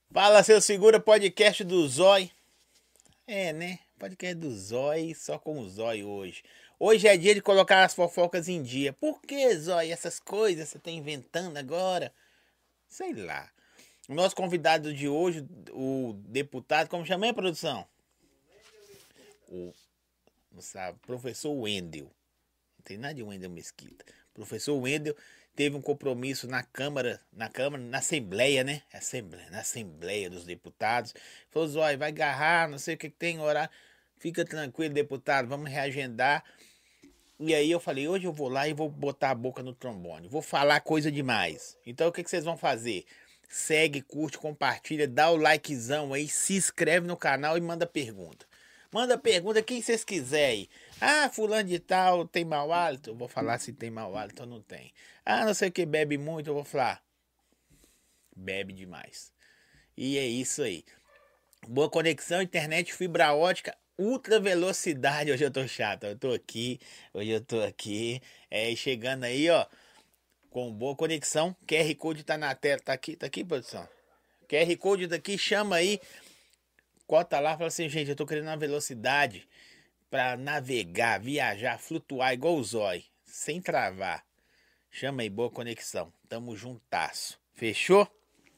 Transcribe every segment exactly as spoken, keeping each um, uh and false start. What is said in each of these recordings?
Fala, seu segura podcast do Zói. É, né? Podcast do Zói, só com o Zói hoje. Hoje é dia de colocar as fofocas em dia. Por que, Zói, essas coisas você tá inventando agora? Sei lá. O nosso convidado de hoje, o deputado, como chama aí, produção? O, não sabe, professor Wendel. Não tem nada de Wendel Mesquita. Professor Wendel teve um compromisso na Câmara, na Câmara, na Assembleia, né? Assembleia, na Assembleia dos Deputados. Falou, Zói, vai agarrar, não sei o que, que tem, orar. Fica tranquilo, deputado, vamos reagendar. E aí eu falei, hoje eu vou lá e vou botar a boca no trombone. Vou falar coisa demais. Então o que, que vocês vão fazer? Segue, curte, compartilha, dá o likezão aí, se inscreve no canal e manda pergunta. Manda pergunta quem vocês quiserem. Ah, fulano de tal tem mau hálito? Eu vou falar se tem mau hálito ou não tem. Ah, não sei o que, bebe muito? Eu vou falar, bebe demais. E é isso aí. Boa conexão, internet, fibra ótica, ultra velocidade. Hoje eu tô chato, eu tô aqui, hoje eu tô aqui. É, chegando aí, ó, com boa conexão. Q R Code tá na tela, tá aqui, tá aqui, produção. Q R Code daqui, chama aí, cota lá, fala assim, gente, eu tô querendo uma velocidade pra navegar, viajar, flutuar igual o Zói, sem travar. Chama aí, boa conexão. Tamo juntasso. Fechou?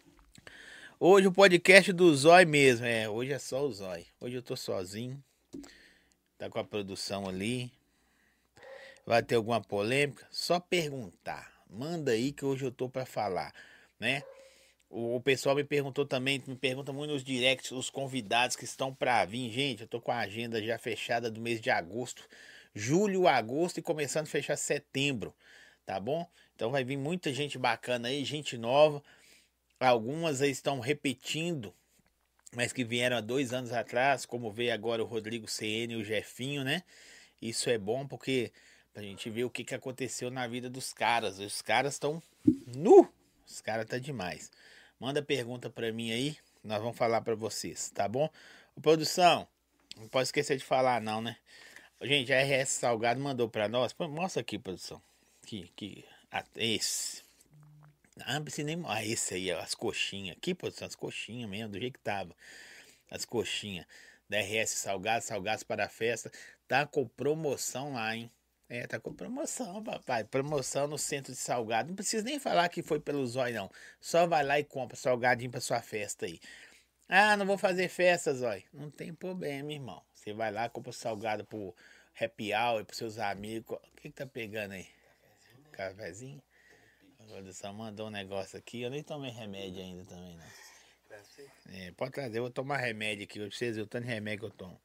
Hoje o podcast do Zói mesmo. É, hoje é só o Zói. Hoje eu tô sozinho. Tá com a produção ali. Vai ter alguma polêmica? Só perguntar. Manda aí que hoje eu tô pra falar, né? O, o pessoal me perguntou também, me pergunta muito nos directs, os convidados que estão pra vir. Gente, eu tô com a agenda já fechada do mês de agosto. Julho, agosto e começando a fechar setembro. Tá bom? Então vai vir muita gente bacana aí, gente nova. Algumas aí estão repetindo, mas que vieram há dois anos atrás, como veio agora o Rodrigo C N e o Jefinho, né? Isso é bom porque a gente vê o que, que aconteceu na vida dos caras. Os caras estão nu! Os caras tá demais. Manda pergunta pra mim aí, nós vamos falar pra vocês, tá bom? Ô, produção, não pode esquecer de falar não, né? Gente, a R S Salgado mandou pra nós. Pô, mostra aqui, produção. Aqui, aqui. Ah, esse. Ah, não precisa nem. Ah, esse aí, ó, as coxinhas. Aqui, produção, as coxinhas mesmo, do jeito que tava. As coxinhas da R S Salgados, Salgados para a Festa. Tá com promoção lá, hein? É, tá com promoção, papai. Promoção no centro de salgado. Não precisa nem falar que foi pelo Zói, não. Só vai lá e compra salgadinho pra sua festa aí. Ah, não vou fazer festa, Zói. Não tem problema, irmão. Você vai lá, compra salgado pro happy hour, pros seus amigos. O que que tá pegando aí? Cafezinho? A produção mandou um negócio aqui. Eu nem tomei remédio ainda também, não. É, pode trazer, eu vou tomar remédio aqui. Hoje vocês viram o tanto de remédio que eu tomo.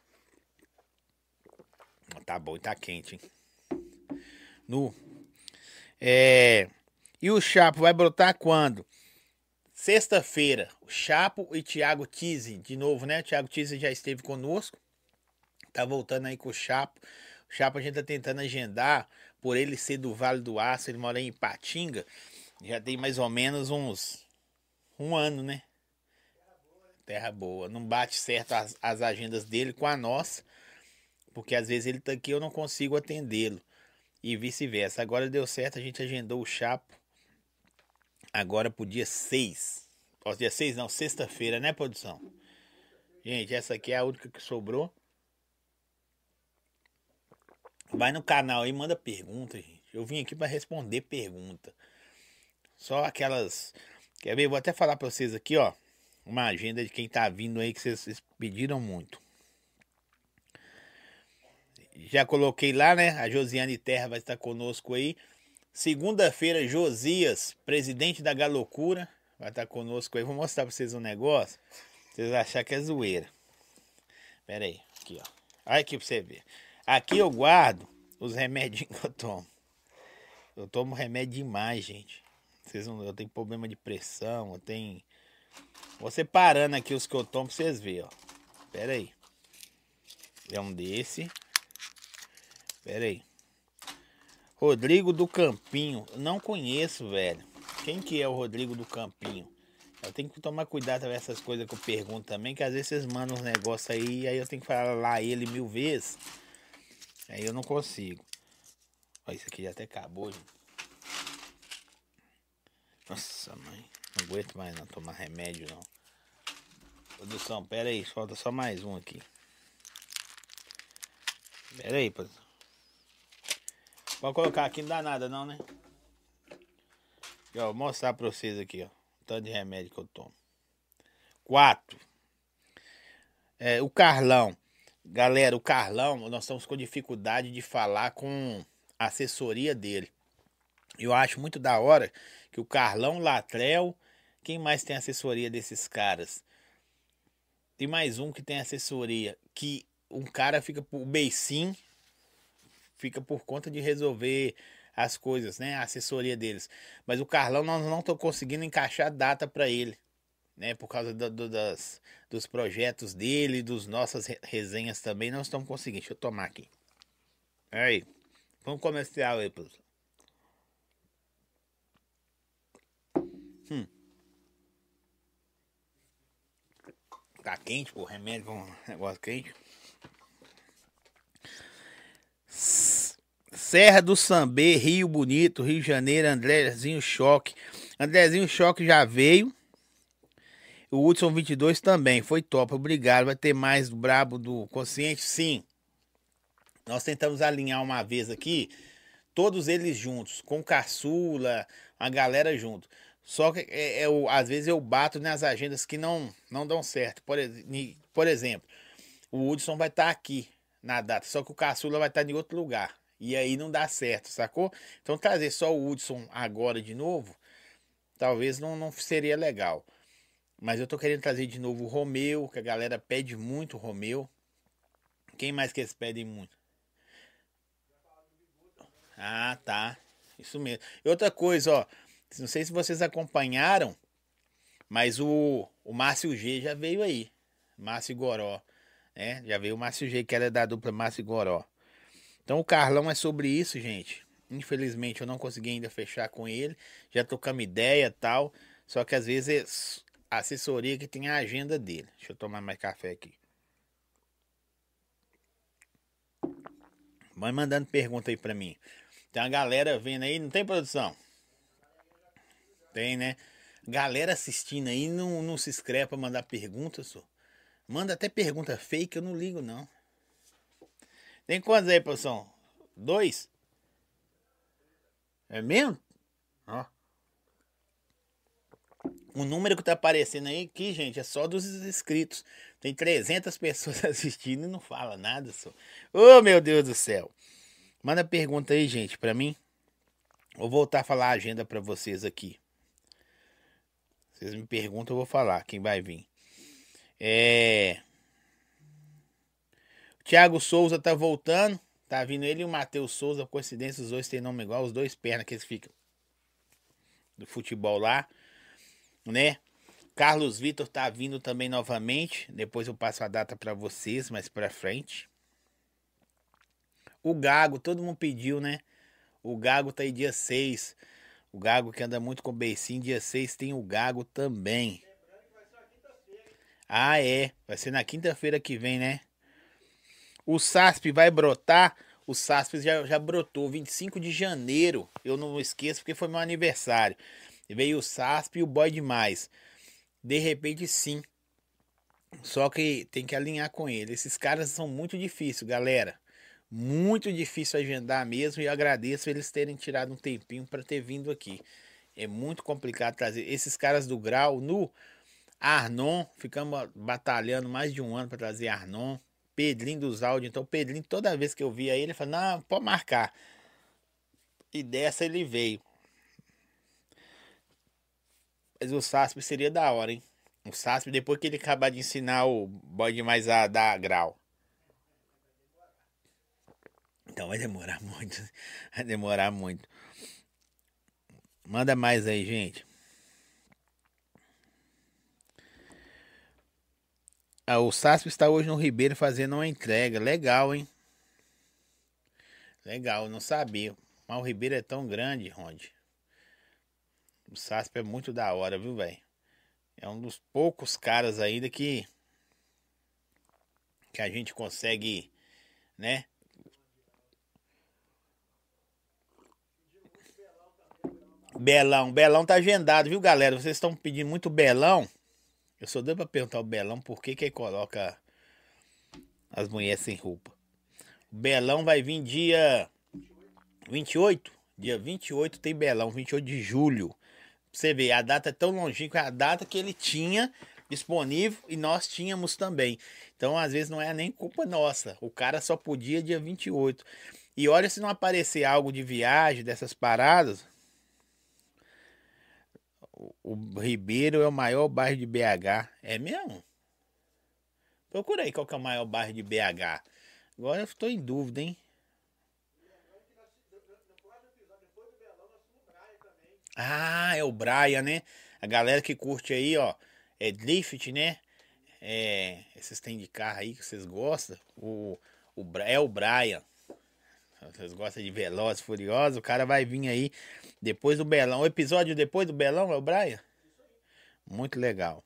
Tá bom, tá quente, hein? Nu. É. E o Chapo vai brotar quando? Sexta-feira. O Chapo e Thiago Tise. De novo, né? O Thiago Tise já esteve conosco. Tá voltando aí com o Chapo. O Chapo a gente tá tentando agendar. Por ele ser do Vale do Aço, ele mora em Ipatinga. Já tem mais ou menos uns. Um ano, né? Terra boa. Não bate certo as, as agendas dele com a nossa. Porque às vezes ele tá aqui e eu não consigo atendê-lo. E vice-versa. Agora deu certo, a gente agendou o Chapo agora pro dia seis. Ó, dia seis não, sexta-feira, né, produção? Gente, essa aqui é a única que sobrou. Vai no canal aí, manda pergunta, gente. Eu vim aqui para responder pergunta. Só aquelas. Quer ver? Vou até falar para vocês aqui, ó. Uma agenda de quem tá vindo aí que vocês, vocês pediram muito. Já coloquei lá, né? A Josiane Terra vai estar conosco aí. Segunda-feira, Josias, presidente da Galocura, vai estar conosco aí. Vou mostrar pra vocês um negócio. Vocês achar que é zoeira. Pera aí, aqui ó. Olha aqui pra você ver. Aqui eu guardo os remédios que eu tomo. Eu tomo remédio demais, gente. Vocês não, eu tenho problema de pressão, eu tenho. Vou separando aqui os que eu tomo pra vocês verem, ó. Pera aí. É um desse. Pera aí. Rodrigo do Campinho. Não conheço, velho. Quem que é o Rodrigo do Campinho? Eu tenho que tomar cuidado com essas coisas que eu pergunto também, que às vezes vocês mandam uns negócios aí e aí eu tenho que falar lá ele mil vezes. Aí eu não consigo. Ó, isso aqui já até acabou, gente. Nossa, mãe. Não aguento mais não tomar remédio, não. Produção, pera aí, falta só mais um aqui. Pera aí, produção. Pode colocar aqui, não dá nada não, né? E, ó, vou mostrar pra vocês aqui, ó. O tanto de remédio que eu tomo. Quatro. É, o Carlão. Galera, o Carlão, nós estamos com dificuldade de falar com a assessoria dele. Eu acho muito da hora que o Carlão, Latrell, quem mais tem assessoria desses caras? Tem mais um que tem assessoria, que um cara fica por Beicinho, fica por conta de resolver as coisas, né? A assessoria deles. Mas o Carlão nós não estamos conseguindo encaixar data para ele, né? Por causa do, do, das, dos projetos dele, dos nossas resenhas também, não estamos conseguindo. Deixa eu tomar aqui. Aí, vamos comercial aí, pessoal. Hum. Tá quente, pô, remédio com negócio quente. Serra do Sambê, Rio Bonito, Rio de Janeiro, Andrezinho Choque. Andrezinho Choque já veio. O Hudson vinte e dois também, foi top, obrigado. Vai ter mais do Brabo do Consciente? Sim. Nós tentamos alinhar uma vez aqui, todos eles juntos, com Caçula, a galera junto. Só que é, é, eu, às vezes eu bato nas agendas que não, não dão certo. Por, por exemplo, o Hudson vai estar aqui na data, só que o Caçula vai estar em outro lugar. E aí não dá certo, sacou? Então trazer só o Hudson agora de novo, talvez não, não seria legal. Mas eu tô querendo trazer de novo o Romeu, que a galera pede muito o Romeu. Quem mais que eles pedem muito? Ah, tá. Isso mesmo. E outra coisa, ó. Não sei se vocês acompanharam, mas o, o Márcio G já veio aí. Márcio Goró. Né? Já veio o Márcio G, que era da dupla Márcio Goró. Então o Carlão é sobre isso, gente. Infelizmente eu não consegui ainda fechar com ele. Já tocamos ideia e tal. Só que às vezes é a assessoria que tem a agenda dele. Deixa eu tomar mais café aqui. Vai mandando pergunta aí pra mim. Tem uma galera vendo aí, não tem produção? Tem, né? Galera assistindo aí não, não se inscreve pra mandar pergunta, só. Manda até pergunta fake, eu não ligo não. Tem quantos aí, produção? Dois? É mesmo? Ó. O número que tá aparecendo aí aqui, gente, é só dos inscritos. Tem trezentas pessoas assistindo e não fala nada, só. Ô, meu Deus do céu. Manda pergunta aí, gente, pra mim. Vou voltar a falar a agenda pra vocês aqui. Vocês me perguntam, eu vou falar quem vai vir. É... O Thiago Souza tá voltando. Tá vindo ele e o Matheus Souza. Coincidência, os dois têm nome igual. Os dois pernas que eles ficam do futebol lá, né? Carlos Vitor tá vindo também novamente. Depois eu passo a data pra vocês mais pra frente. O Gago, todo mundo pediu, né? O Gago tá aí dia seis. O Gago que anda muito com o beicinho. Dia seis tem o Gago também. Ah, é. Vai ser na quinta-feira que vem, né? O S A S P vai brotar. O S A S P já, já brotou. vinte e cinco de janeiro. Eu não esqueço porque foi meu aniversário. Veio o S A S P e o Boy Demais. De repente, sim. Só que tem que alinhar com ele. Esses caras são muito difíceis, galera. Muito difícil agendar mesmo. E agradeço eles terem tirado um tempinho para ter vindo aqui. É muito complicado trazer. Esses caras do Grau, no Arnon, ficamos batalhando mais de um ano para trazer Arnon. Pedrinho dos áudios. Então, Pedrinho, toda vez que eu via ele, ele falava: não, pode marcar. E dessa ele veio. Mas o S A S P seria da hora, hein? O S A S P, depois que ele acabar de ensinar o Boy Demais a dar grau. Então vai demorar muito. Vai demorar muito. Manda mais aí, gente. Ah, o S A S P está hoje no Ribeiro fazendo uma entrega. Legal, hein? Legal, eu não sabia. Mas o Ribeiro é tão grande, Ronde. O S A S P é muito da hora, viu, velho? É um dos poucos caras ainda que que a gente consegue, né? Belão, Belão tá agendado, viu, galera? Vocês estão pedindo muito Belão. Eu sou doido pra perguntar ao Belão por que que ele coloca as mulheres sem roupa. O Belão vai vir dia vinte e oito. Dia vinte e oito tem Belão, vinte e oito de julho. Pra você ver, a data é tão longínqua, é a data que ele tinha disponível e nós tínhamos também. Então, às vezes, não é nem culpa nossa. O cara só podia dia vinte e oito. E olha se não aparecer algo de viagem, dessas paradas. O, o Ribeiro é o maior bairro de B H. É mesmo? Procura aí qual que é o maior bairro de B H. Agora eu estou em dúvida, hein? Ah, é o Brian, né? A galera que curte aí, ó, é drift, né? É, esses tem de carro aí que vocês gostam. O, o, Bra- é o Brian. Vocês gostam de Velozes, Furiosos? O cara vai vir aí depois do Belão. O episódio depois do Belão é o Brian? Muito legal.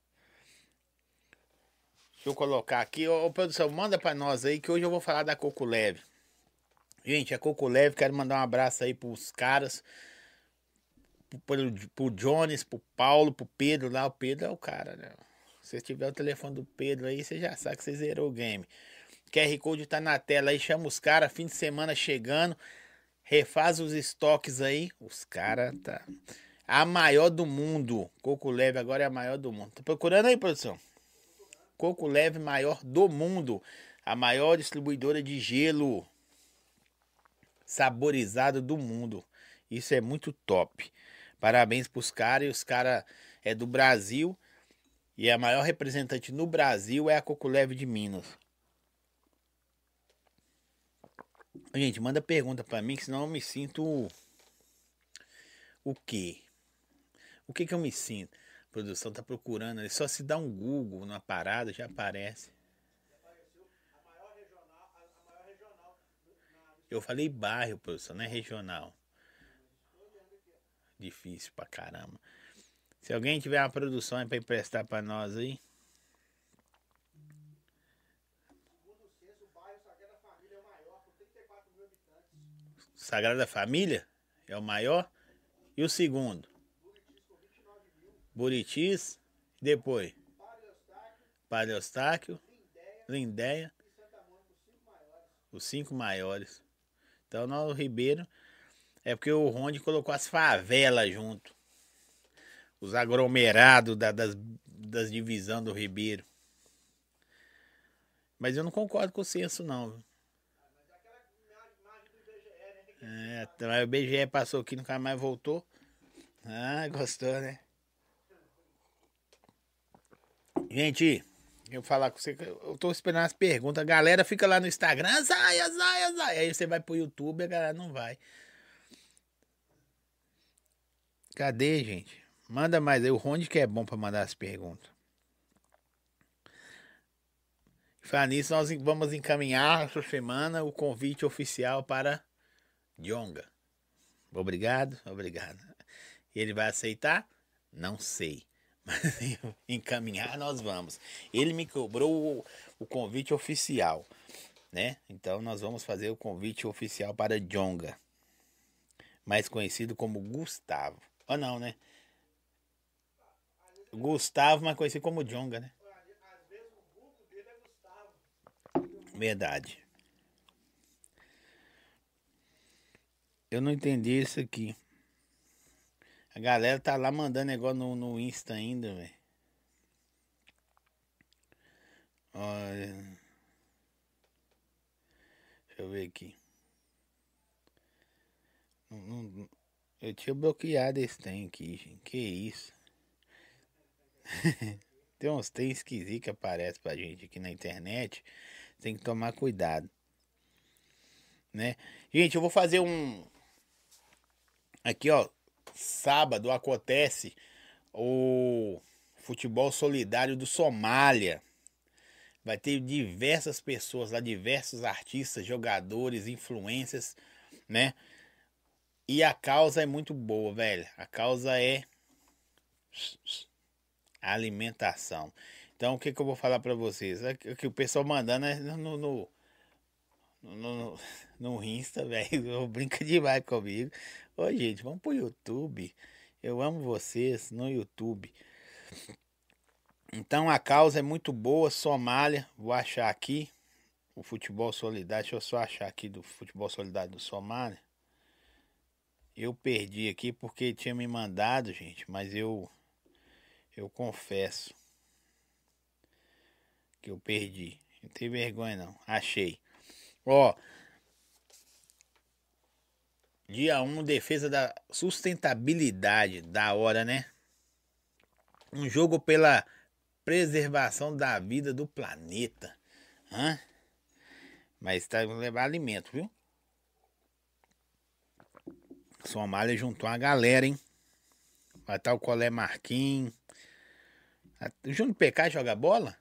Deixa eu colocar aqui. Ô, ô, produção, manda pra nós aí que hoje eu vou falar da Coco Leve. Gente, a Coco Leve, quero mandar um abraço aí pros caras. Pro, pro Jones, pro Paulo, pro Pedro lá. O Pedro é o cara, né? Se tiver o telefone do Pedro aí, você já sabe que você zerou o game. Q R Code tá na tela aí, chama os caras. Fim de semana chegando. Refaz os estoques aí. Os caras tá. A maior do mundo. Coco Leve agora é a maior do mundo. Tá procurando aí, produção? Coco Leve maior do mundo. A maior distribuidora de gelo saborizado do mundo. Isso é muito top. Parabéns pros caras. E os caras é do Brasil. E a maior representante no Brasil é a Coco Leve de Minas. Gente, manda pergunta pra mim, que senão eu me sinto. O quê? O que que eu me sinto? A produção tá procurando ali. Só se dá um Google na parada, já aparece. Eu falei bairro, produção, não é regional. Difícil pra caramba. Se alguém tiver uma produção aí pra emprestar pra nós aí. Sagrada Família é o maior. E o segundo? Buritis. Depois, Padre Eustáquio, Lindéia, os cinco maiores. Então, nós, o Ribeiro, é porque o Ronde colocou as favelas junto. Os aglomerados da, das, das divisões do Ribeiro. Mas eu não concordo com o censo, não. É, o B G E passou aqui, nunca mais voltou. Ah, gostou, né? Gente, eu vou falar com você que eu tô esperando as perguntas. A galera fica lá no Instagram, Zaia, Zaia, Zaia. Aí você vai pro YouTube e a galera não vai. Cadê, gente? Manda mais aí. O Ronde que é bom pra mandar as perguntas. Falar nisso, nós vamos encaminhar essa semana o convite oficial para Jonga. Obrigado, obrigado. Ele vai aceitar? Não sei. Mas encaminhar nós vamos. Ele me cobrou o, o convite oficial, né? Então nós vamos fazer o convite oficial para Jonga, mais conhecido como Gustavo. Ou não, né? Gustavo, mais conhecido como Jonga, né? Verdade. Eu não entendi isso aqui. A galera tá lá mandando negócio no, no Insta ainda, velho. Olha. Deixa eu ver aqui. Não, não, eu tinha bloqueado esse trem aqui, gente. Que isso? Tem uns trem esquisitos que aparecem pra gente aqui na internet. Tem que tomar cuidado, né? Gente, eu vou fazer um. Aqui, ó. Sábado acontece o futebol solidário do Somália. Vai ter diversas pessoas lá, diversos artistas, jogadores, influências, né? E a causa é muito boa, velho. A causa é a alimentação. Então, o que, que eu vou falar pra vocês? É que o pessoal mandando é no, no, no, no, no Insta, velho. Brinca demais comigo. Ô, gente, vamos pro YouTube. Eu amo vocês no YouTube. Então a causa é muito boa, Somália. Vou achar aqui o futebol solidário. Deixa eu só achar aqui do futebol solidário do Somália. Eu perdi aqui porque tinha me mandado, gente, mas eu eu confesso que eu perdi. Não tem vergonha não. Achei. Ó, dia um, defesa da sustentabilidade, da hora, né? Um jogo pela preservação da vida do planeta. Hã? Mas tá levar alimento, viu? Somália juntou uma galera, hein? Vai estar o Colé Marquinhos. O Júnior P K joga bola?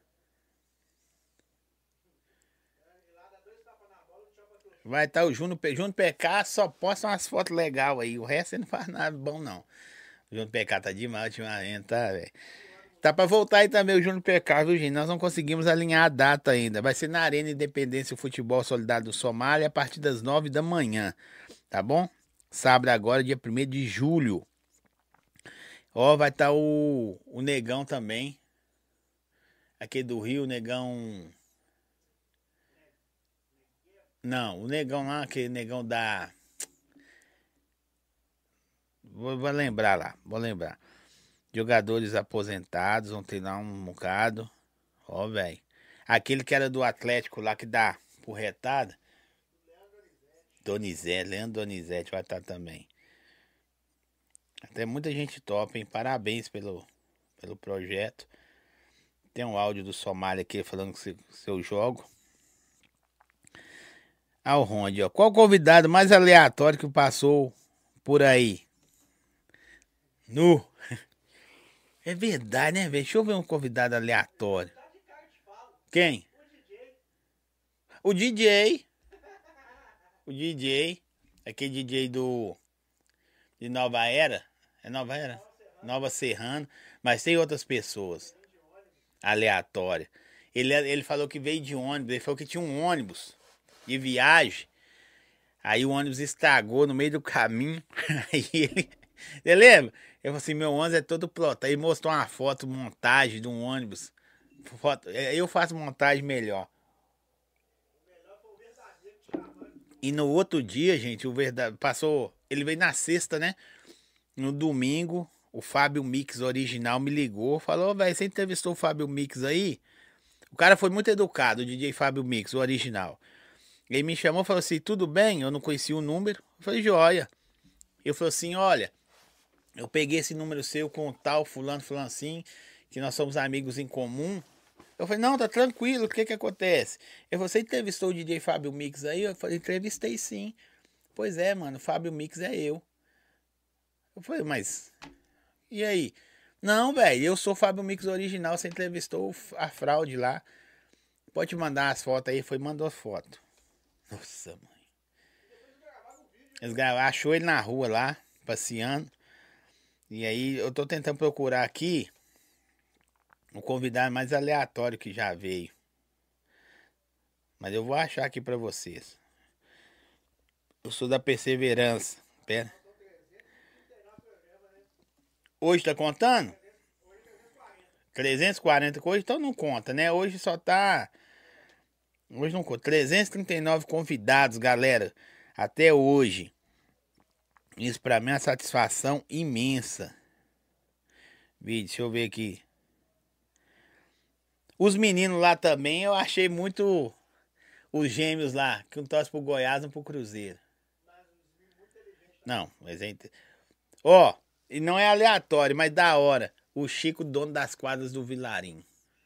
Vai estar o Júnior P K. Júnior P K só posta umas fotos legais aí. O resto ele não faz nada bom, não. O Júnior P K tá demais ultimamente, tá, velho? Tá pra voltar aí também o Júnior P K, viu, gente? Nós não conseguimos alinhar a data ainda. Vai ser na Arena Independência o Futebol Solidário do Somália a partir das nove da manhã. Tá bom? Sábado agora, dia primeiro de julho. Ó, vai estar o, o Negão também. Aqui do Rio, o Negão. Não, o Negão lá, aquele Negão da. Vou, vou lembrar lá, vou lembrar. Jogadores aposentados, vão ter lá um bocado. Ó, velho. Aquele que era do Atlético lá que dá porretada. Donizete, Leandro Donizete vai estar também. Até muita gente top, hein? Parabéns pelo, pelo projeto. Tem um áudio do Somália aqui falando que seu jogo. Ah, o Ronde, ó. Qual convidado mais aleatório que passou por aí? Nu. É verdade, né, velho? Deixa eu ver um convidado aleatório. Quem? O D J. O D J. Aquele D J do. De Nova Era. É Nova Era? Nova Serrano. Mas tem outras pessoas. Aleatórias. Ele, ele falou que veio de ônibus. Ele falou que tinha um ônibus de viagem. Aí o ônibus estragou no meio do caminho. Aí ele. Você lembra? Eu falei assim: meu ônibus é todo plotado. Aí mostrou uma foto, montagem de um ônibus. Foto, eu faço montagem melhor. E no outro dia, gente, o verdade passou. Ele veio na sexta, né? No domingo, o Fábio Mix original me ligou. Falou: velho, você entrevistou o Fábio Mix aí? O cara foi muito educado, o D J Fábio Mix, o original. Ele me chamou e falou assim: tudo bem? Eu não conhecia o número. Eu falei: joia. Eu falei assim: olha, eu peguei esse número seu com o tal fulano, fulano assim, que nós somos amigos em comum. Eu falei: não, tá tranquilo, o que que acontece? Eu falei: você entrevistou o D J Fábio Mix aí? Eu falei: entrevistei sim. Pois é, mano, Fábio Mix é eu. Eu falei: mas, e aí? Não, velho, eu sou o Fábio Mix original, você entrevistou a fraude lá. Pode mandar as fotos aí. Foi, mandou as fotos. Nossa, mãe. Eles gravaram, achou ele na rua lá, passeando. E aí eu tô tentando procurar aqui o convidado mais aleatório que já veio. Mas eu vou achar aqui pra vocês. Eu sou da perseverança. Pera. Hoje tá contando? trezentos e quarenta coisas, então não conta, né? Hoje só tá. Hoje não conta. trezentos e trinta e nove convidados, galera. Até hoje. Isso pra mim é uma satisfação imensa. Vídeo, deixa eu ver aqui. Os meninos lá também, eu achei muito. Os gêmeos lá, que um torce pro Goiás e um pro Cruzeiro. Não, mas é. Ó, e não é aleatório, mas da hora. O Chico, dono das quadras do Vilarim.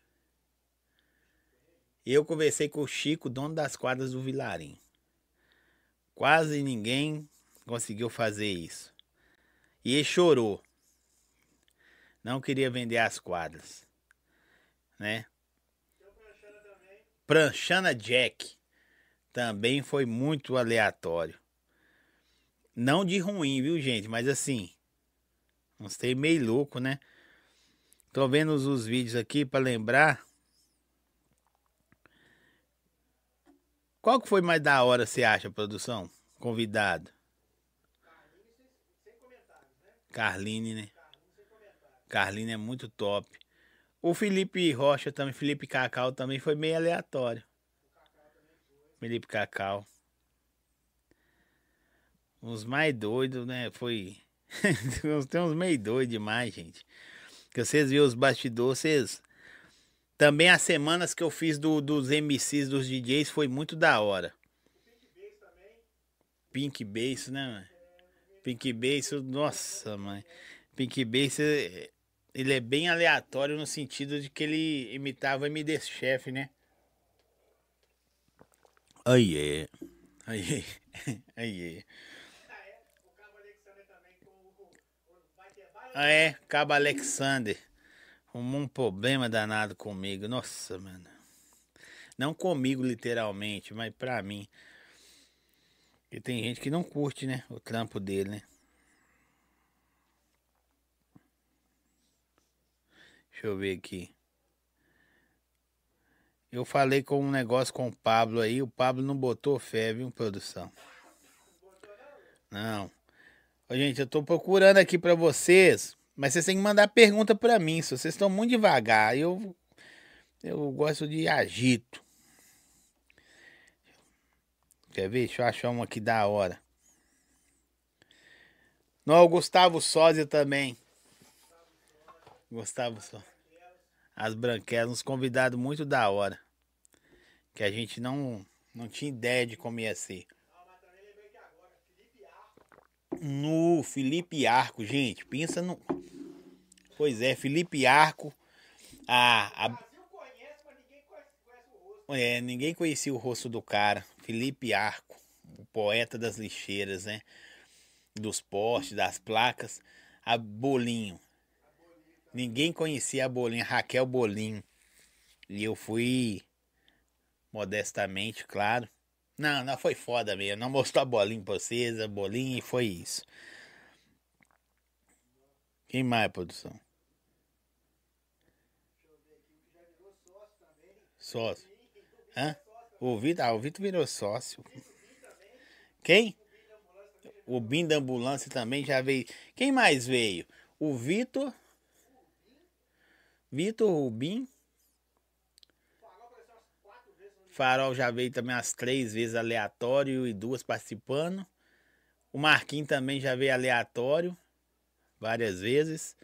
Eu conversei com o Chico, dono das quadras do Vilarim. Quase ninguém conseguiu fazer isso. E ele chorou. Não queria vender as quadras. Né? Pranchana Jack. Também foi muito aleatório. Não de ruim, viu, gente? Mas assim, uns tem meio louco, né? Tô vendo os, os vídeos aqui pra lembrar. Qual que foi mais da hora, você acha, produção? Convidado. Carline, né? Carline é muito top. O Felipe Rocha também, Felipe Cacau também foi meio aleatório. Felipe Cacau. Uns mais doidos, né? Foi. Tem uns meio doidos demais, gente. Que vocês viram os bastidores, vocês. Também as semanas que eu fiz do, dos M Cs, dos D Js, foi muito da hora. Pink Bass, né, mano? Pink Bass, nossa, mãe. Pink Bass, é- ele é bem aleatório no sentido de que ele imitava o M D Chef, né? Aí é. Aí é. Aí é. Ah, é, Cabo Alexander. Arrumou um problema danado comigo. Nossa, mano. Não comigo, literalmente, mas pra mim. E tem gente que não curte, né? O trampo dele, né? Deixa eu ver aqui. Eu falei com um negócio com o Pablo aí. O Pablo não botou fé, viu, produção? Não. Ô, gente, eu tô procurando aqui pra vocês. Mas vocês têm que mandar pergunta pra mim. Se vocês estão muito devagar, eu, eu gosto de agito. Quer ver? Deixa eu achar um aqui da hora. Não, o Gustavo Sósia também. Gustavo Sósia. As branquelas, uns convidados muito da hora. Que a gente não, não tinha ideia de como ia ser. No Felipe Arco, gente. Pensa no. Pois é, Felipe Arco. A, a... É, ninguém conhecia o rosto do cara. Felipe Arco. O poeta das lixeiras, né? Dos postes, das placas. A Bolinho. Ninguém conhecia a Bolinho, a Raquel Bolinho. E eu fui, modestamente, claro. Não, não foi foda mesmo. Não mostrou a bolinha pra vocês, a bolinha e foi isso. Quem mais, produção? Sócio. Hã? O Vitor, ah, o Vitor virou sócio. Quem? O Bim da ambulância também já veio. Quem mais veio? O Vitor. Vitor, o Bim. Farol já veio também as três vezes aleatório e duas participando. O Marquinhos também já veio aleatório várias vezes.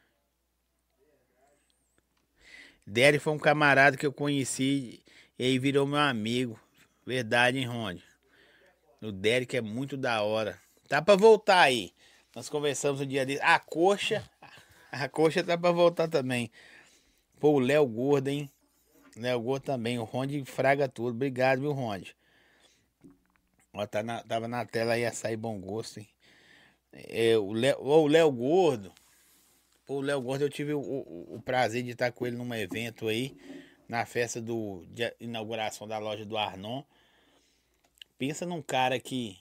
Derry foi um camarada que eu conheci e aí virou meu amigo. Verdade, hein, Ronde? O Derek é muito da hora. Tá pra voltar aí. Nós conversamos um dia desse. A coxa. A coxa tá pra voltar também. Pô, o Léo Gordo, hein? Léo Gordo também. O Ronde fraga tudo. Obrigado, viu, Ronde? Ó, tá na, tava na tela aí, açaí bom gosto, hein? É, o Léo, o Léo Gordo. Pô, o Léo Gordo, eu tive o, o, o prazer de estar com ele num evento aí. Na festa do, de inauguração da loja do Arnon. Pensa num cara que.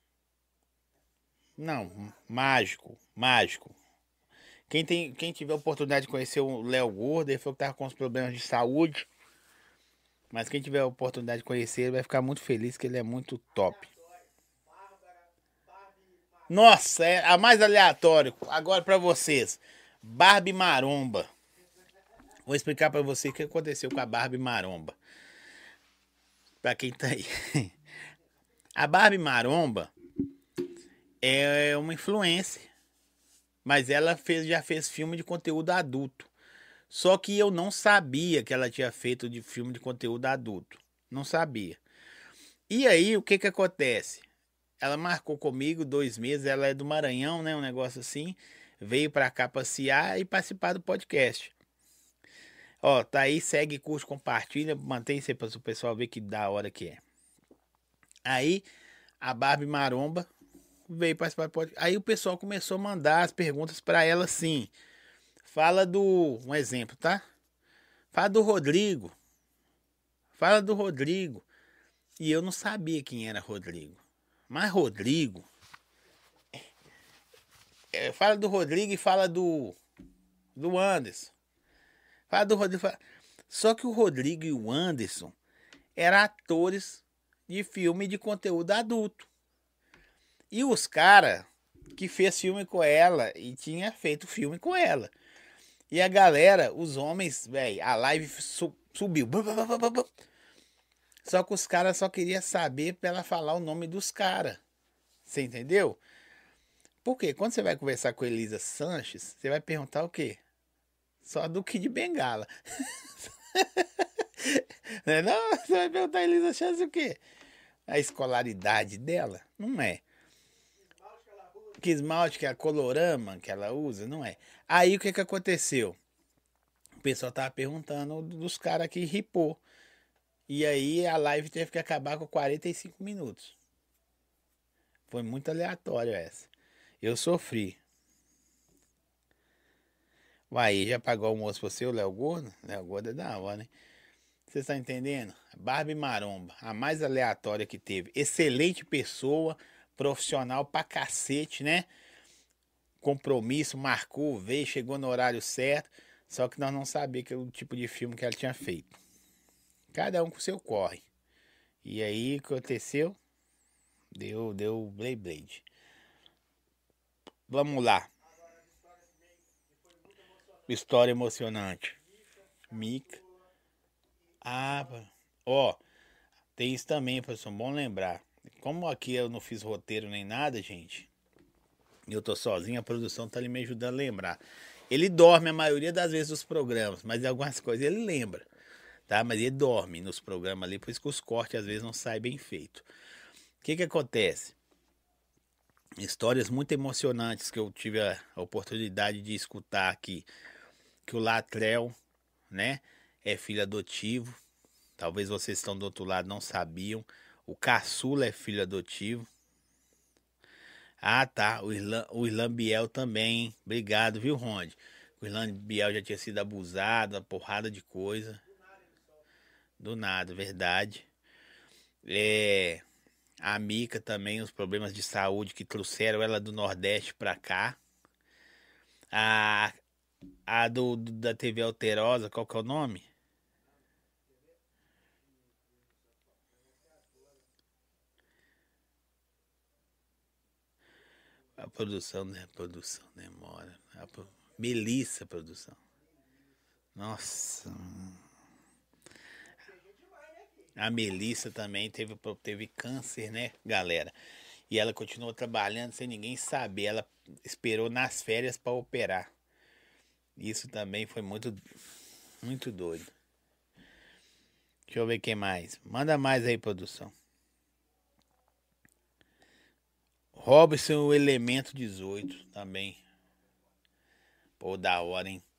Não, mágico, mágico. Quem, tem, quem tiver a oportunidade de conhecer o Léo Gordo, ele falou que tava com uns problemas de saúde. Mas quem tiver a oportunidade de conhecer, ele vai ficar muito feliz, que ele é muito top. Nossa, é a mais aleatório. Agora pra vocês. Barbie Maromba. Vou explicar pra você o que aconteceu com a Barbie Maromba. Pra quem tá aí. A Barbie Maromba é uma influencer. Mas ela fez, já fez filme de conteúdo adulto. Só que eu não sabia que ela tinha feito de filme de conteúdo adulto. Não sabia. E aí, o que que acontece? Ela marcou comigo dois meses. Ela é do Maranhão, né? Um negócio assim. Veio pra cá passear e participar do podcast. Ó, tá aí, segue, curte, compartilha. Mantém sempre para o pessoal ver que da hora que é. Aí, a Barbie Maromba veio participar do podcast. Aí o pessoal começou a mandar as perguntas pra ela assim. Fala do. Um exemplo, tá? Fala do Rodrigo. Fala do Rodrigo. E eu não sabia quem era Rodrigo. Mas Rodrigo. É, fala do Rodrigo e fala do. Do Anderson. Fala do Rodrigo. Fala... Só que o Rodrigo e o Anderson eram atores de filme de conteúdo adulto. E os caras que fez filme com ela e tinha feito filme com ela. E a galera, os homens, velho, a live su subiu. Só que os caras só queriam saber pra ela falar o nome dos caras. Você entendeu? Por quê? Quando você vai conversar com Elisa Sanches, você vai perguntar o quê? Só do que de Bengala. Não, é não, você vai perguntar a Elisa Sanches o quê? A escolaridade dela? Não é. Que esmalte, que é a colorama que ela usa? Não é. Aí o que que aconteceu? O pessoal tava perguntando dos caras que ripou. E aí a live teve que acabar com quarenta e cinco minutos. Foi muito aleatório essa. Eu sofri. Uai, já pagou o almoço pra você, o Léo Gordo? Léo Gordo é da hora, né? Você está entendendo? Barbie Maromba, a mais aleatória que teve. Excelente pessoa, profissional pra cacete, né? Compromisso, marcou, veio, chegou no horário certo. Só que nós não sabíamos que o tipo de filme que ela tinha feito. Cada um com seu corre. E aí o que aconteceu? Deu, deu Blade Blade. Vamos lá. História emocionante. Mica. Ah, ó. Tem isso também, professor. Bom lembrar. Como aqui eu não fiz roteiro nem nada, gente. Eu tô sozinho, a produção tá ali me ajudando a lembrar. Ele dorme a maioria das vezes nos programas, mas algumas coisas ele lembra. Tá? Mas ele dorme nos programas ali, por isso que os cortes às vezes não saem bem feito. O que que acontece? Histórias muito emocionantes que eu tive a oportunidade de escutar aqui. Que o Latrell, né, é filho adotivo. Talvez vocês estão do outro lado não sabiam. O Caçula é filho adotivo. Ah, tá. O Irlan, o Irlan Biel também, hein? Obrigado, viu, Ronde? O Irlan Biel já tinha sido abusado, uma porrada de coisa. Do nada, verdade. É, a Mica também, os problemas de saúde que trouxeram ela do Nordeste pra cá. A, a do, do- da T V Alterosa, qual que é o nome? A produção, né? A produção demora. A pro- Melissa Produção. Nossa. A Melissa também teve, teve câncer, né, galera? E ela continuou trabalhando sem ninguém saber. Ela esperou nas férias para operar. Isso também foi muito, muito doido. Deixa eu ver quem mais. Manda mais aí, produção. Robson, o Elemento dezoito também. Pô, da hora, hein?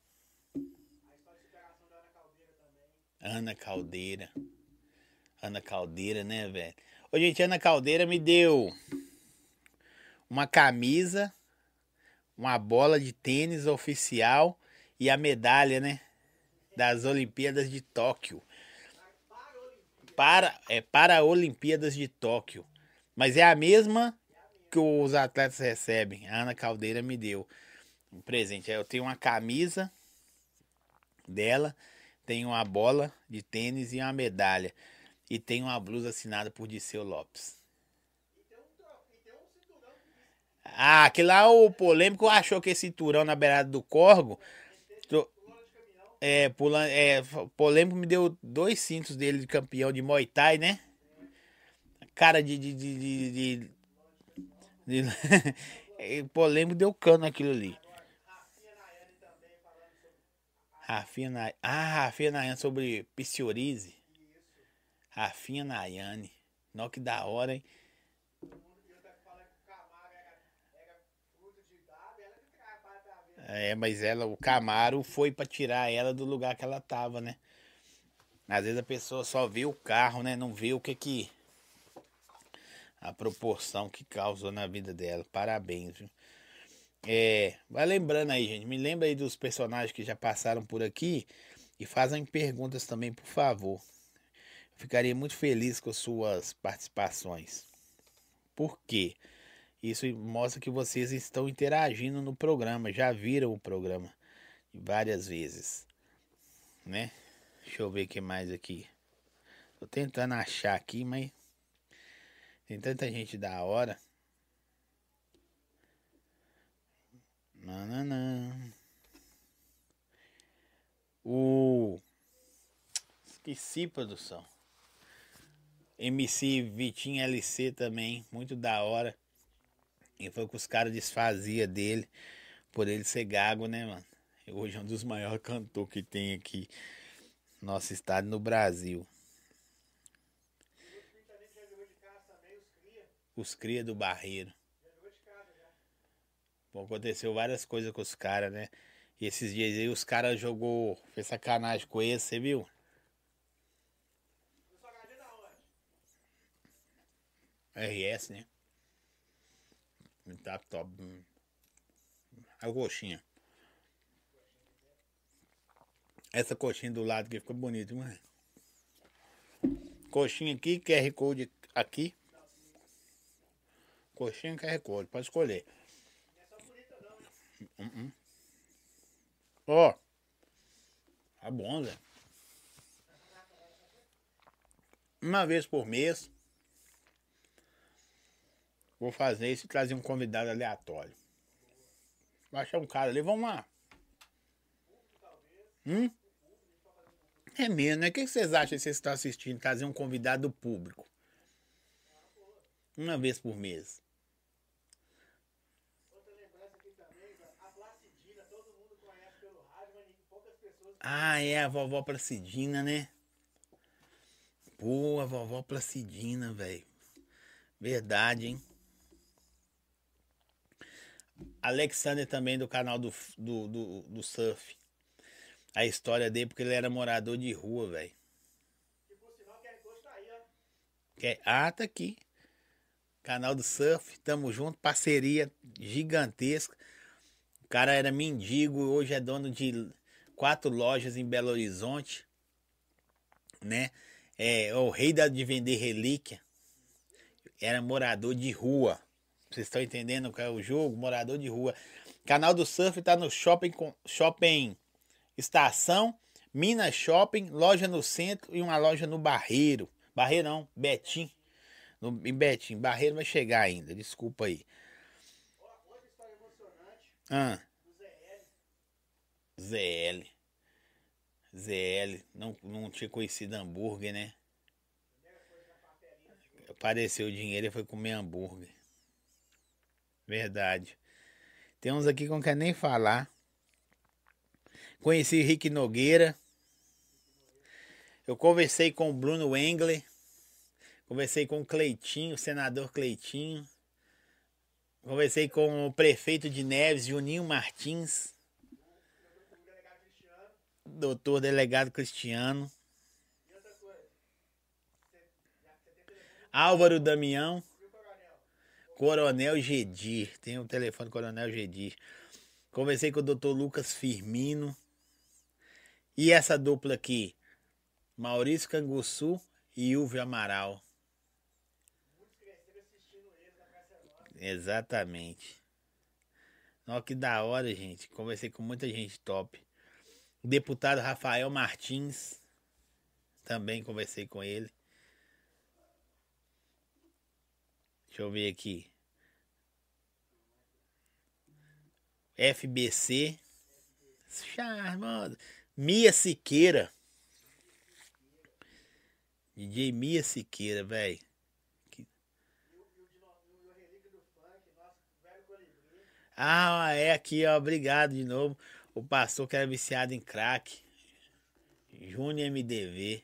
Ana Caldeira. Ana Caldeira, né, velho? Ô, gente, Ana Caldeira me deu uma camisa, uma bola de tênis oficial e a medalha, né? Das Olimpíadas de Tóquio. Para, é para a Olimpíadas de Tóquio. Mas é a mesma que os atletas recebem. A Ana Caldeira me deu um presente. Eu tenho uma camisa dela, tenho uma bola de tênis e uma medalha. E tenho uma blusa assinada por Diceu Lopes. Ah, aquele lá, o polêmico achou que esse cinturão na beirada do corgo. É, pula, é, polêmico me deu dois cintos dele de campeão de Muay Thai, né? Cara de. de, de, de, de- de- é, polêmico deu cano aquilo ali. Rafinha Nayane. Ah, Rafinha Nayane sobre psoríase. Rafinha Nayane. Nó que da hora, hein? É, mas ela, o Camaro foi pra tirar ela do lugar que ela tava, né? Às vezes a pessoa só vê o carro, né? Não vê o que que. A proporção que causou na vida dela. Parabéns, viu? É, vai lembrando aí, gente. Me lembra aí dos personagens que já passaram por aqui e fazem perguntas também, por favor. Ficaria muito feliz com suas participações. Por quê? Isso mostra que vocês estão interagindo no programa, já viram o programa várias vezes, né? Deixa eu ver o que mais aqui. Tô tentando achar aqui, mas tem tanta gente da hora. Não, não, não. Esqueci, produção. M C Vitinho L C também, muito da hora. E foi que os caras desfazia dele, por ele ser gago, né, mano? E hoje é um dos maiores cantores que tem aqui no nosso estado e no Brasil. Os cria do Barreiro. Bom, aconteceu várias coisas com os caras, né? E esses dias aí os caras jogou, fez sacanagem com eles, você viu? R S, né? Tá top. A coxinha. Essa coxinha do lado aqui ficou bonita, mano. Coxinha aqui, Q R Code aqui. Coxinha Q R Code, pode escolher. Uh -uh. Ó. Tá bom, Zé. Uma vez por mês. Vou fazer isso e trazer um convidado aleatório. Vai achar um cara ali, vamos lá. Hum? É mesmo, né? O que vocês acham se vocês estão assistindo? Trazer um convidado público. Uma vez por mês. Outra lembrança aqui também, a Placidina, todo mundo conhece pelo rádio, mas poucas pessoas... Ah, é a vovó Placidina, né? Pô, a vovó Placidina, velho. Verdade, hein? Alexander também do canal do, do, do, do surf. A história dele, porque ele era morador de rua, velho. E por sinal, o Q R Code tá aí, ó. Que... Ah, tá aqui. Canal do surf, tamo junto, parceria gigantesca. O cara era mendigo, hoje é dono de quatro lojas em Belo Horizonte, né? É o rei da, de vender relíquia. Era morador de rua. Vocês estão entendendo qual é o jogo? Morador de rua. Canal do surf tá no shopping, shopping Estação, Minas Shopping, loja no centro e uma loja no Barreiro. Barreiro não, Betim. No, em Betim, Barreiro vai chegar ainda, desculpa aí. Outra história emocionante ah. do Zé L. Zé L. Zé L. Não, não tinha conhecido hambúrguer, né? Apareceu o dinheiro e foi comer hambúrguer. Verdade. Tem uns aqui que não quer nem falar. Conheci Rick Nogueira. Eu conversei com o Bruno Engler. Conversei com o Cleitinho, o senador Cleitinho. Conversei com o prefeito de Neves, Juninho Martins. Doutor Delegado Cristiano. Álvaro Damião. Coronel Gedir. Tem o telefone do Coronel Gedir. Conversei com o doutor Lucas Firmino. E essa dupla aqui. Maurício Canguçu e Ilvio Amaral. Exatamente. Olha que da hora, gente. Conversei com muita gente top. O deputado Rafael Martins. Também conversei com ele. Deixa eu ver aqui. F B C. Charmoso. Mia Siqueira. D J Mia Siqueira, velho. Que... Ah, é aqui, ó. Obrigado de novo. O pastor que era viciado em crack. Júnior M D V.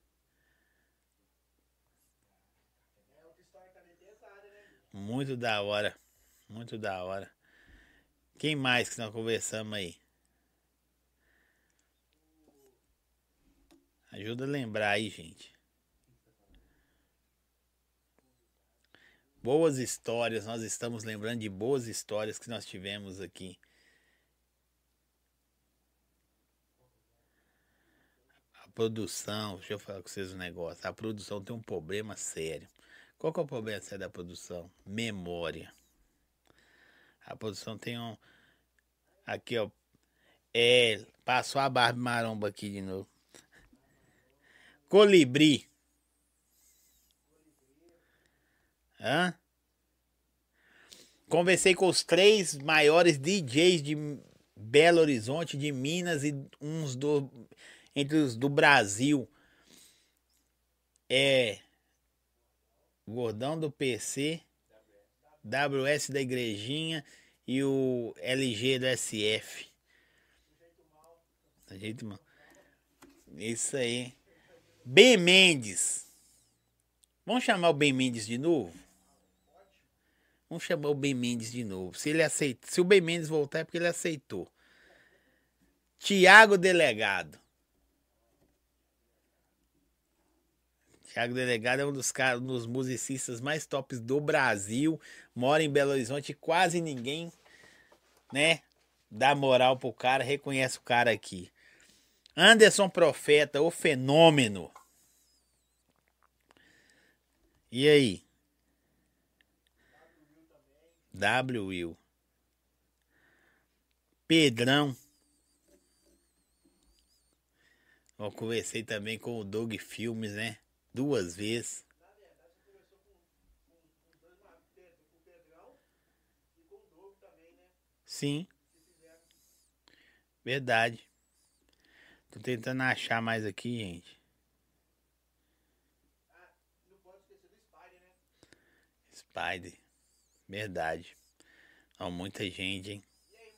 Muito da hora. Muito da hora. Quem mais que nós conversamos aí? Ajuda a lembrar aí, gente. Boas histórias. Nós estamos lembrando de boas histórias que nós tivemos aqui. A produção, deixa eu falar com vocês um negócio. A produção tem um problema sério. Qual que é o problema sério da produção? Memória. A produção tem um... Aqui, ó. É... Passou a Barbie Maromba aqui de novo. Colibri. Hã? Conversei com os três maiores D Js de Belo Horizonte, de Minas e uns do... Entre os do Brasil. É Gordão do P C, W S da Igrejinha e o L G do S F. Tá jeito, mano. Isso aí. Ben Mendes. Vamos chamar o Ben Mendes de novo? Vamos chamar o Ben Mendes de novo. Se ele aceita, se o Ben Mendes voltar é porque ele aceitou. Tiago Delegado. Tiago Delegado é um dos caras, um dos musicistas mais tops do Brasil. Mora em Belo Horizonte e quase ninguém, né, dá moral pro cara, reconhece o cara aqui. Anderson Profeta, o fenômeno. E aí? W. Will. Pedrão. Eu conversei também com o Doug Filmes, né? Duas vezes. Sim. Verdade. Tô tentando achar mais aqui, gente. Spider. Verdade. Ó, muita gente, hein?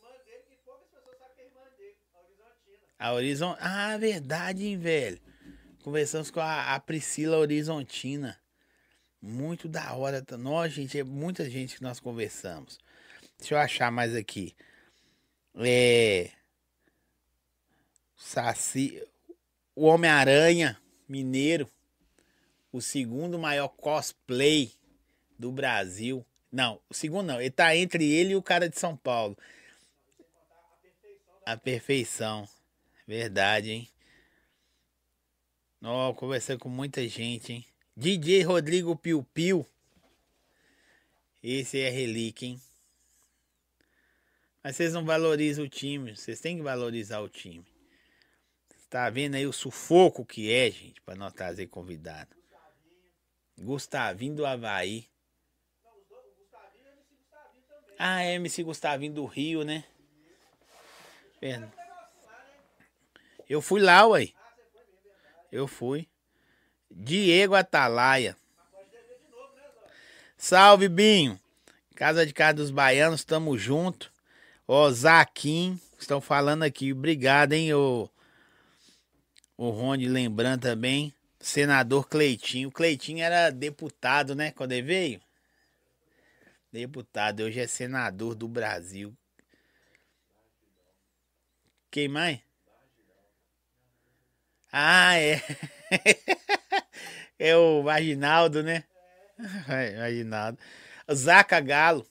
A Horizon... Ah, verdade, hein, velho. Conversamos com a, a Priscila Horizontina. Muito da hora. Nossa, gente, é muita gente que nós conversamos. Deixa eu achar mais aqui. É... Saci... O Homem-Aranha Mineiro. O segundo maior cosplay do Brasil. Não, o segundo não. Ele tá entre ele e o cara de São Paulo. A perfeição. Verdade, hein? Ó, conversando com muita gente, hein? D J Rodrigo Piu Piu. Esse é relíquia, hein? Mas vocês não valorizam o time. Vocês têm que valorizar o time. Tá vendo aí o sufoco que é, gente, pra nós trazer convidado. Gustavinho do Havaí. Ah, é M C Gustavinho do Rio, né? Eu fui lá, ué. Eu fui. Diego Atalaia. Salve, Binho. Casa de Casa dos Baianos, tamo junto. Ó, Zaquim, estão falando aqui. Obrigado, hein, ô. O Rony lembrando também. Senador Cleitinho. O Cleitinho era deputado, né? Quando ele veio? Deputado, hoje é senador do Brasil. Quem mais? Ah, é. É o Vaginaldo, né? É, Vaginaldo. Zaca Galo.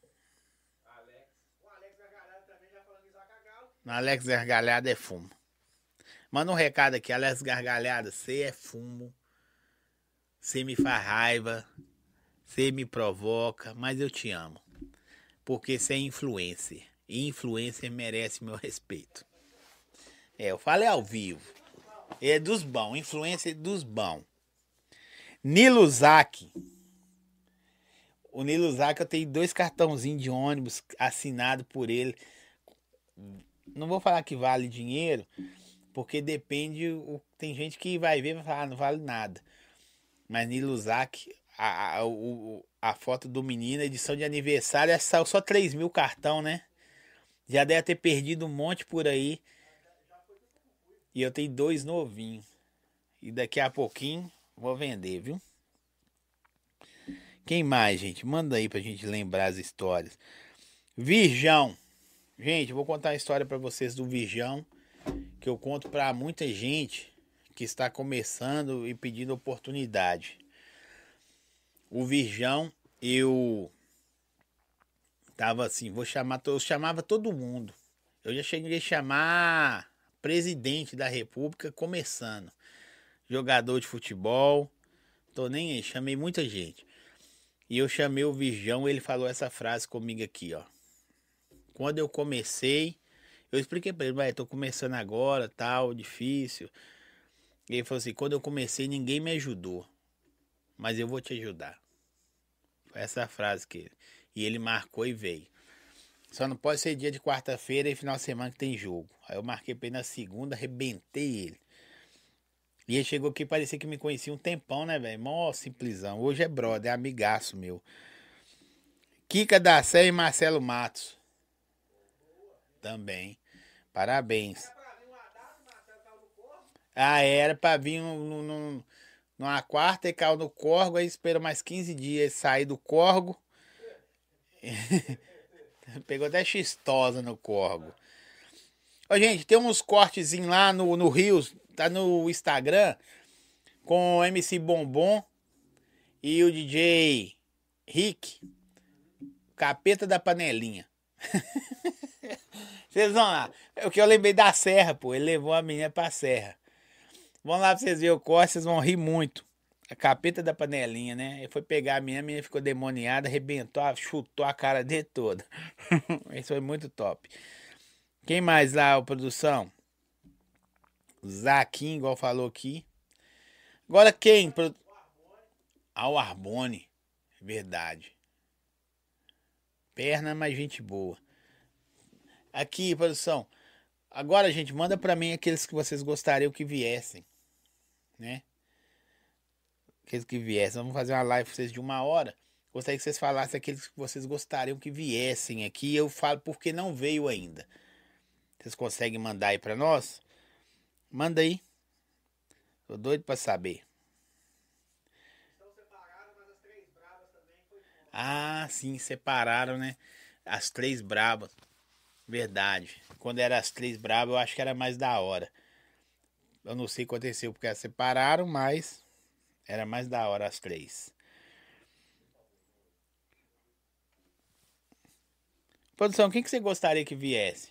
Alex Gargalhada é fumo. Manda um recado aqui, Alex Gargalhada. Você é fumo. Você me faz raiva. Você me provoca. Mas eu te amo. Porque você é influencer. E influencer merece meu respeito. É, eu falei ao vivo. É dos bons. Influencer dos bons. Nilo Zac. O Nilo Zac, eu tenho dois cartãozinhos de ônibus assinado por ele. Não vou falar que vale dinheiro, porque depende. O, tem gente que vai ver e vai falar, ah, não vale nada. Mas Nilo Zac, a, a, o, a foto do menino, edição de aniversário, é só, só três mil cartão, né? Já deve ter perdido um monte por aí. E eu tenho dois novinhos. E daqui a pouquinho vou vender, viu? Quem mais, gente? Manda aí pra gente lembrar as histórias. Virjão. Gente, eu vou contar a história pra vocês do Virjão, que eu conto pra muita gente que está começando e pedindo oportunidade. O Virjão, eu tava assim, vou chamar, eu chamava todo mundo. Eu já cheguei a chamar presidente da República começando. Jogador de futebol, tô nem aí, chamei muita gente. E eu chamei o Virjão, ele falou essa frase comigo aqui, ó. Quando eu comecei, eu expliquei pra ele, vai, tô começando agora, tal, difícil. E ele falou assim, quando eu comecei, ninguém me ajudou. Mas eu vou te ajudar. Foi essa a frase que ele... E ele marcou e veio. Só não pode ser dia de quarta-feira e final de semana que tem jogo. Aí eu marquei pra ele na segunda, arrebentei ele. E ele chegou aqui, parecia que me conhecia um tempão, né, velho? Mó simplesão. Hoje é brother, é amigaço meu. Kika da Sé e Marcelo Matos. Também. Parabéns. Ah, era pra vir num, num- numa quarta e caiu no Corgo, aí espera mais quinze dias sair do Corgo. Pegou até xistosa no Corgo. Ô, gente, tem uns cortezinhos lá no, no Rios, tá no Instagram, com o M C Bombom e o D J Rick, capeta da panelinha. Vocês vão lá. É o que eu lembrei da serra, pô. Ele levou a menina pra serra. Vão lá pra vocês verem o corte, vocês vão rir muito. A capeta da panelinha, né? Ele foi pegar a menina, a menina ficou demoniada, arrebentou, chutou a cara dele toda. Isso foi muito top. Quem mais lá, ô, produção? O Zaquim, igual falou aqui. Agora quem? Pro... Ah, o Arbone. Verdade. Perna, mas gente boa. Aqui, produção. Agora, gente, manda pra mim aqueles que vocês gostariam que viessem, né? Aqueles que viessem. Vamos fazer uma live pra vocês de uma hora. Gostaria que vocês falassem aqueles que vocês gostariam que viessem aqui. Eu falo porque não veio ainda. Vocês conseguem mandar aí pra nós? Manda aí. Tô doido pra saber. Ah, sim, separaram, né? As três brabas. Verdade. Quando era as três brabas, eu acho que era mais da hora. Eu não sei o que aconteceu porque elas separaram, mas era mais da hora as três. Produção, quem que você gostaria que viesse?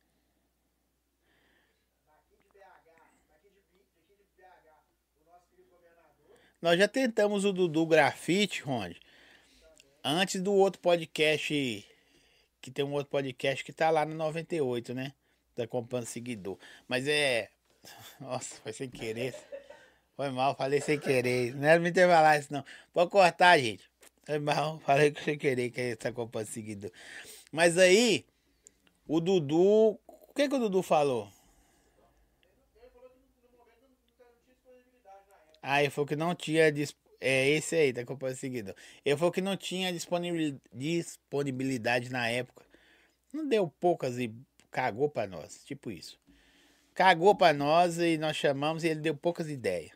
Nós já tentamos o Dudu Grafite, Ronde. Antes do outro podcast, que tem um outro podcast que tá lá no noventa e oito, né? Da Acompanhando Seguidor. Mas é. Nossa, foi sem querer. Foi mal, falei sem querer. Não era me ter falado isso, não. Pode cortar, gente. Foi mal, falei sem querer que é essa Acompanhando Seguidor. Mas aí, o Dudu. O que, que o Dudu falou? Ah, ele falou que não tinha. dis- É esse aí, tá acompanhando seguidor. Ele falou que não tinha disponibil- disponibilidade na época. Não deu poucas e cagou pra nós. Tipo isso. Cagou pra nós e nós chamamos e ele deu poucas ideias.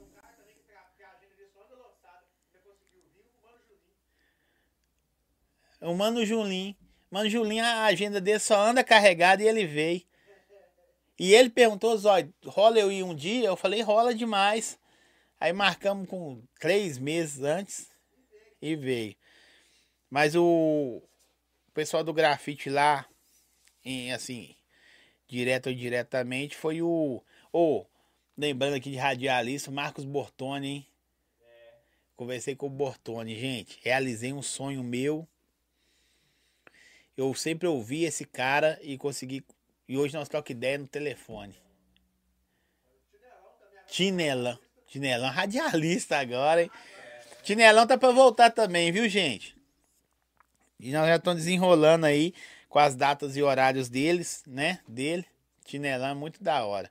O Mano Julim. Mano Julim, a agenda dele só anda carregada e ele veio. E ele perguntou, Zói, rola eu ir um dia? Eu falei, rola demais. Aí marcamos com três meses antes e veio. Mas o pessoal do grafite lá, em, assim, direto ou indiretamente, foi o. Ô, lembrando aqui de radialista, o Marcos Bortoni, hein? Conversei com o Bortoni, gente. Realizei um sonho meu. Eu sempre ouvi esse cara e consegui. E hoje nós trocamos ideia no telefone. Tinelão. Tinelão, radialista agora, hein? Tinelão tá pra voltar também, viu, gente? E nós já estamos desenrolando aí com as datas e horários deles, né? Dele. Tinelão é muito da hora.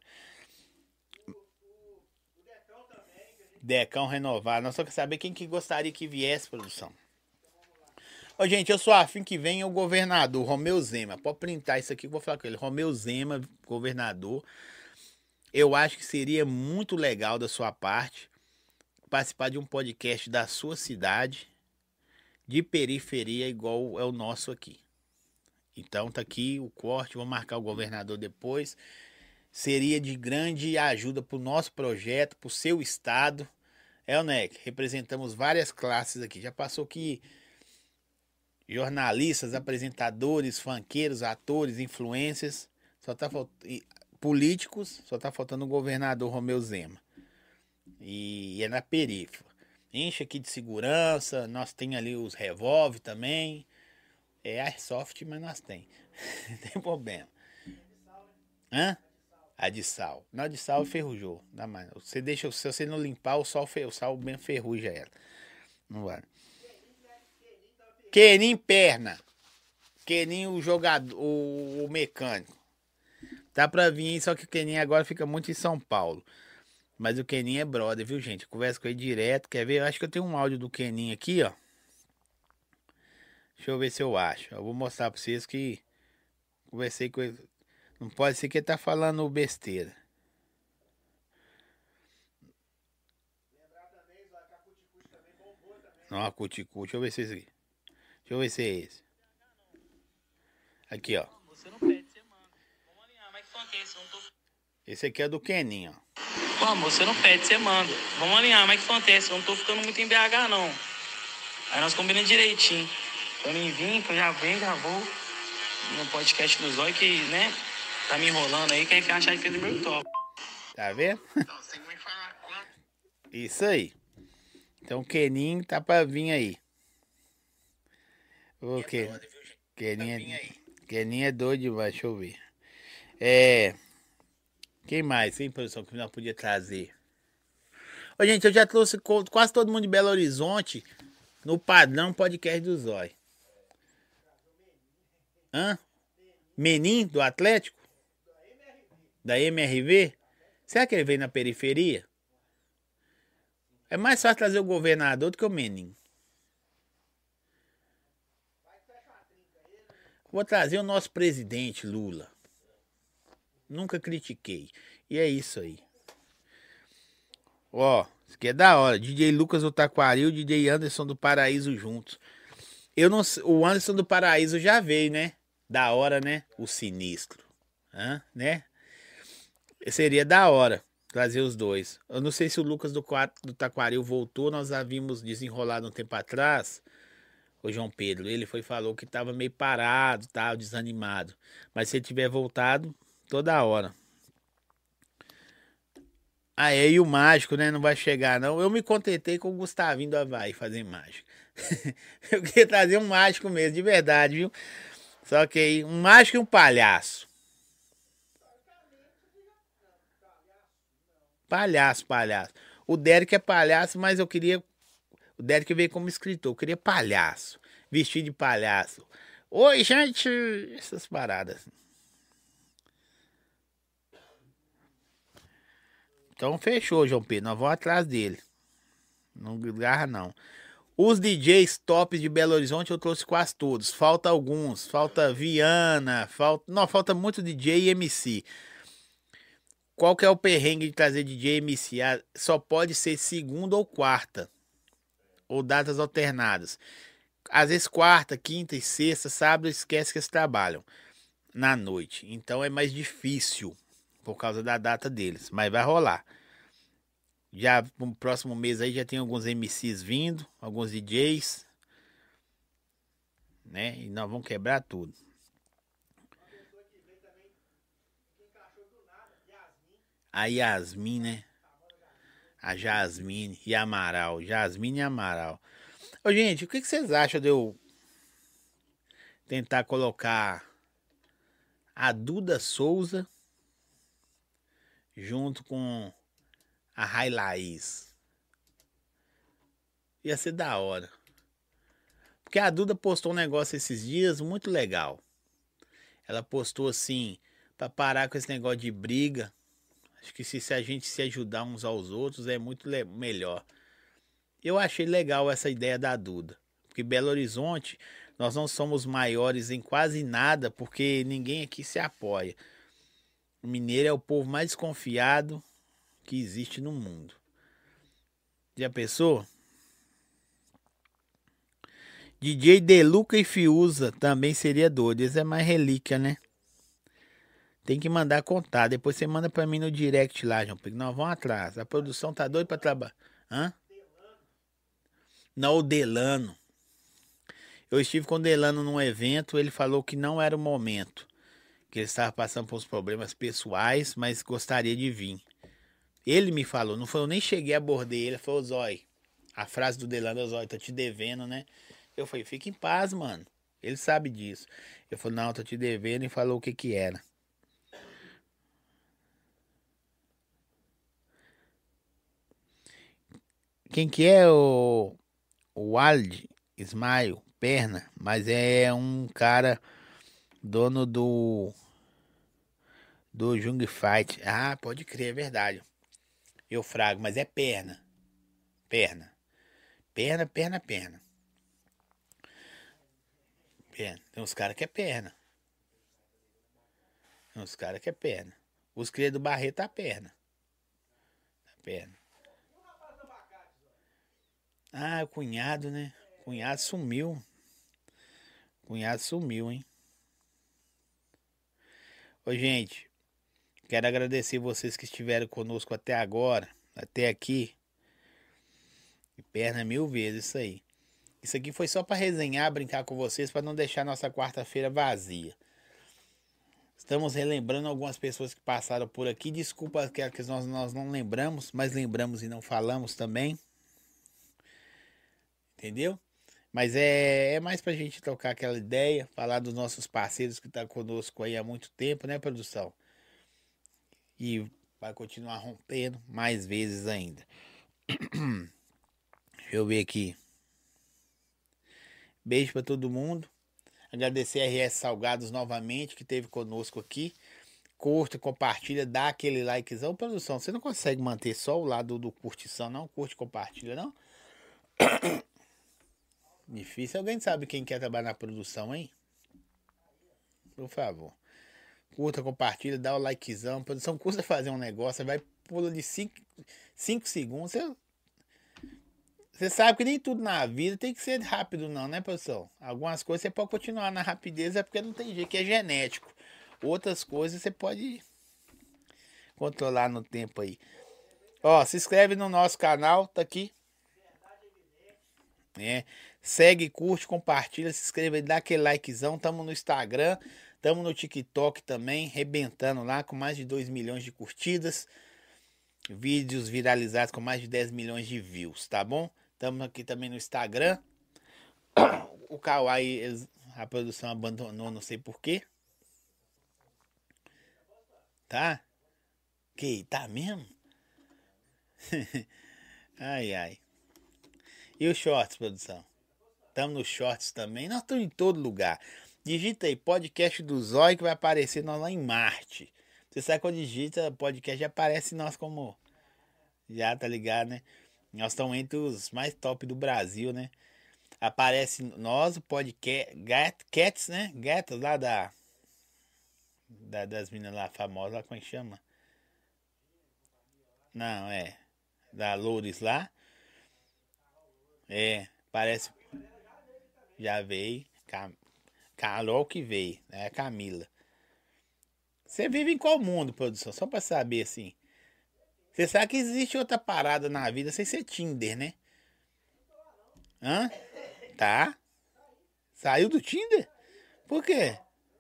Decão renovado. Nós só queremos saber quem que gostaria que viesse, produção. Ô, gente, eu sou afim que venha o governador, Romeu Zema. Pode printar isso aqui que eu vou falar com ele. Romeu Zema, governador. Eu acho que seria muito legal da sua parte participar de um podcast da sua cidade, de periferia, igual é o nosso aqui. Então tá aqui o corte, vou marcar o governador depois. Seria de grande ajuda para o nosso projeto, para o seu estado. É, o Nec, representamos várias classes aqui. Já passou aqui jornalistas, apresentadores, fanqueiros, atores, influencers, só tá faltando políticos, só tá faltando o governador Romeu Zema. E, e é na perifa. Enche aqui de segurança, nós tem ali os revólver também. É airsoft, mas nós tem. Não tem problema. Hã? A de sal. Não, a de sal ferrujou. Dá mais. Você deixa, se você não limpar, o sal, o sal bem ferruja ela. Não vai. Kenin perna. Kenin o jogador, o, o mecânico. Tá pra vir, só que o Kenin agora fica muito em São Paulo. Mas o Keninho é brother, viu, gente? Eu converso com ele direto. Quer ver? Eu acho que eu tenho um áudio do Keninho aqui, ó. Deixa eu ver se eu acho. Eu vou mostrar pra vocês que conversei com ele. Não pode ser que ele tá falando besteira. Não, a Cuticu. Deixa eu ver se é esse aqui. Deixa eu ver se é esse. Aqui, ó. Você não pede, você manda. Vamos alinhar, mas que som que é esse? Eu não tô... Esse aqui é do Keninho, ó. Pô, amor, você não pede, você manda. Vamos alinhar, mas que acontece? Eu não tô ficando muito em B H, não. Aí nós combinamos direitinho. Quando eu vim, que eu já venho, já vou no podcast do Zói, que, né, tá me enrolando aí, que aí achar que fez o meu top. Tá vendo? Então, você tem que me falar quanto. Isso aí. Então o Keninho tá pra vir aí. O que? Keninho é... Keninho é doido demais, deixa eu ver. É... Quem mais, hein, produção, que nós podia trazer? Ô, gente, eu já trouxe quase todo mundo de Belo Horizonte no padrão podcast do Zói. Hã? Menin, do Atlético? Da M R V? Será que ele veio na periferia? É mais fácil trazer o governador do que o Menin. Vou trazer o nosso presidente, Lula. Nunca critiquei. E é isso aí. Ó, isso aqui é da hora. D J Lucas do Taquari e o D J Anderson do Paraíso juntos. Eu não, o Anderson do Paraíso já veio, né? Da hora, né? O sinistro. Hã? Né? Seria da hora trazer os dois. Eu não sei se o Lucas do, do Taquaril voltou. Nós havíamos desenrolado um tempo atrás. O João Pedro. Ele foi falou que tava meio parado, tava desanimado. Mas se ele tiver voltado, toda hora. Ah, é, e o mágico, né? Não vai chegar, não. Eu me contentei com o Gustavinho do Havaí fazer mágico. Eu queria trazer um mágico mesmo, de verdade, viu? Só que aí, um mágico e um palhaço. Palhaço, palhaço. O Derek é palhaço, mas eu queria... O Derek veio como escritor. Eu queria palhaço. Vestido de palhaço. Oi, gente! Essas paradas. Então fechou, João Pedro. Nós vamos atrás dele. Não garra, não. Os D Js tops de Belo Horizonte eu trouxe quase todos. Falta alguns. Falta Viana. Falta... Não, falta muito D J e M C. Qual que é o perrengue de trazer D J e M C? Ah, só pode ser segunda ou quarta. Ou datas alternadas. Às vezes quarta, quinta e sexta, sábado, esquece que eles trabalham na noite. Então é mais difícil por causa da data deles. Mas vai rolar. Já no próximo mês aí já tem alguns M Cs vindo, alguns D Js, né? E nós vamos quebrar tudo. A Yasmin, né? A Jasmine e a Amaral. Jasmine e Amaral. Ô, gente, o que vocês acham de eu tentar colocar a Duda Souza junto com a Rai Laís? Ia ser da hora. Porque a Duda postou um negócio esses dias muito legal. Ela postou assim, pra parar com esse negócio de briga. Acho que se, se a gente se ajudar uns aos outros é muito melhor. Eu achei legal essa ideia da Duda. Porque Belo Horizonte, nós não somos maiores em quase nada, porque ninguém aqui se apoia. O mineiro é o povo mais desconfiado que existe no mundo. Já pensou? D J Deluca e Fiuza também seria doido. Esse é mais relíquia, né? Tem que mandar contar. Depois você manda pra mim no direct lá, João Pedro. Nós vamos atrás. A produção tá doida pra trabalhar. Hã? Não, o Delano. Eu estive com o Delano num evento. Ele falou que não era o momento. Que ele estava passando por uns problemas pessoais, mas gostaria de vir. Ele me falou. Não foi, eu nem cheguei a abordar ele. Ele falou, Zói. A frase do Delano é, Zói, tô te devendo, né? Eu falei, fica em paz, mano. Ele sabe disso. Eu falei, não, tô te devendo, e falou o que que era. Quem que é o, o Wald Ismail Perna? Mas é um cara dono do do Jung Fight. Ah, pode crer, é verdade. Eufrago, mas é perna. Perna. Perna, perna, perna. Perna. Tem uns caras que é perna. Tem uns caras que é perna. Os cria do Barreto tá perna. Tá perna. Ah, o cunhado, né? O cunhado sumiu. O cunhado sumiu, hein? Ô, gente, quero agradecer vocês que estiveram conosco até agora, até aqui. E perna mil vezes isso aí. Isso aqui foi só para resenhar, brincar com vocês, para não deixar nossa quarta-feira vazia. Estamos relembrando algumas pessoas que passaram por aqui. Desculpa que nós, nós não lembramos, mas lembramos e não falamos também. Entendeu? Mas é, é mais pra gente trocar aquela ideia, falar dos nossos parceiros que estão conosco aí há muito tempo, né, produção? E vai continuar rompendo mais vezes ainda. Deixa eu ver aqui. Beijo pra todo mundo. Agradecer a R S Salgados novamente, que esteve conosco aqui. Curta, compartilha, dá aquele likezão. Produção, você não consegue manter só o lado do curtição, não? Curte, compartilha, não? Difícil. Alguém sabe quem quer trabalhar na produção, hein? Por favor. Curta, compartilha, dá o likezão. A produção custa fazer um negócio, vai pula de cinco segundos. Você, você sabe que nem tudo na vida tem que ser rápido não, né, produção? Algumas coisas você pode continuar na rapidez, é porque não tem jeito, que é genético. Outras coisas você pode controlar no tempo aí. Ó, se inscreve no nosso canal, tá aqui. É, segue, curte, compartilha, se inscreva aí, dá aquele likezão. Tamo no Instagram, tamo no TikTok também, rebentando lá com mais de dois milhões de curtidas. Vídeos viralizados com mais de dez milhões de views, tá bom? Tamo aqui também no Instagram. O Kawaii, a produção abandonou, não sei porquê. Tá? Que? Tá mesmo? Ai, ai. E os shorts, produção? Estamos nos shorts também. Nós estamos em todo lugar. Digita aí, podcast do Zóio, que vai aparecer nós lá em Marte. Você sabe quando digita podcast, já aparece nós como... Já, tá ligado, né? Nós estamos entre os mais top do Brasil, né? Aparece nós, o podcast... Cats, né? Gatas lá da... da das meninas lá famosas, lá, como é que chama? Não, é... Da Loures lá. É, parece... Já veio. Cam... Carol que veio, é a Camila. Você vive em qual mundo, produção? Só pra saber, assim. Você sabe que existe outra parada na vida sem ser Tinder, né? Hã? Tá? Saiu do Tinder? Por quê?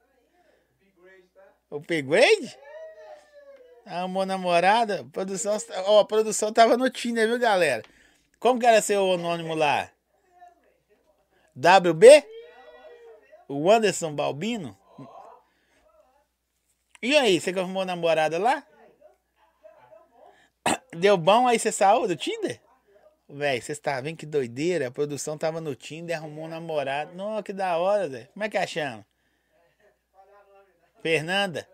O upgrade? Arrumou namorada? A produção, ó, a produção tava no Tinder, viu, galera? Como que era seu anônimo lá? W B? O Anderson Balbino? E aí, você que arrumou namorada lá? Deu bom, aí você saiu do Tinder? Véi, vocês estavam vendo que doideira? A produção tava no Tinder, arrumou um namorado. Nossa, que da hora, Zé. Como é que a chama? Fernanda?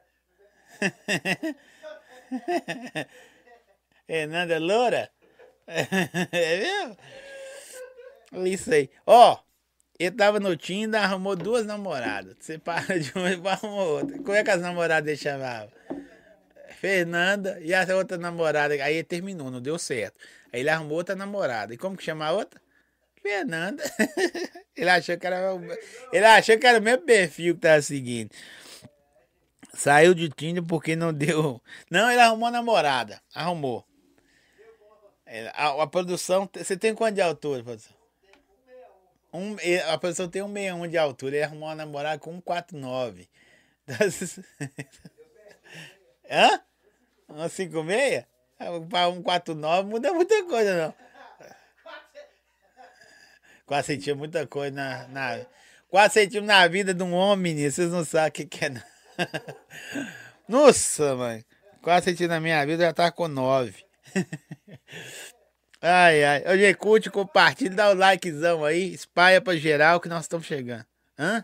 Fernanda Loura? É mesmo? Isso aí. Ó, ele tava no Tinder, arrumou duas namoradas. Você para de uma e arrumou outra. Como é que as namoradas ele chamava? Fernanda e a outra namorada. Aí ele terminou, não deu certo. Aí ele arrumou outra namorada. E como que chama a outra? Fernanda. Ele achou que era ele achou que era o mesmo perfil que tava seguindo. Saiu de Tinder porque não deu. Não, ele arrumou a namorada. Arrumou. A, a produção. Você tem quanto de altura, produção? Um, a produção tem um sessenta e um de altura. Ele arrumou uma namorada com um vírgula quarenta e nove. Hã? Um cinco e meio? Para um quatro nove muda muita coisa, não. quatro centímetros muita coisa na, na... quatro centímetros na vida de um homem, menino. Vocês não sabem o que, que é, não. Nossa, mãe. quatro centímetros na minha vida, eu já tava com nove. Ai, ai. Ô, gente, curte, compartilha, dá o likezão aí. Espalha pra geral que nós estamos chegando. Hã?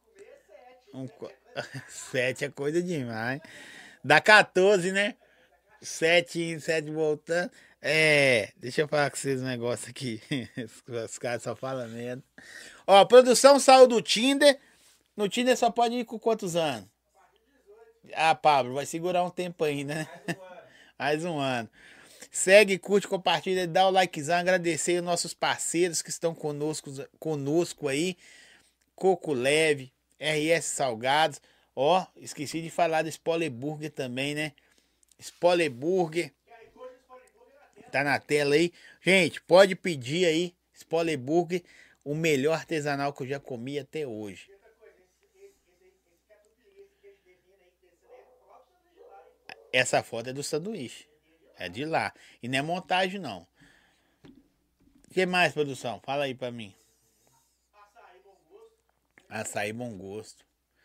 Um, sete é coisa demais. Dá quatorze, né? Sete, sete voltando. É, deixa eu falar com vocês um negócio aqui. Os caras só falam merda. Ó, a produção saiu do Tinder. No Tinder só pode ir com quantos anos? Ah, Pablo, vai segurar um tempo ainda, né? Mais um ano. Segue, curte, compartilha, dá o likezão. Agradecer os nossos parceiros que estão conosco, conosco aí. Coco Leve, R S Salgados. Ó, esqueci de falar do Spoiler Burger também, né? Spoiler Burger. Tá na tela aí. Gente, pode pedir aí. Spoiler Burger. O melhor artesanal que eu já comi até hoje. Essa foto é do sanduíche. É de lá. E não é montagem, não. O que mais, produção? Fala aí pra mim. Açaí Bom Gosto.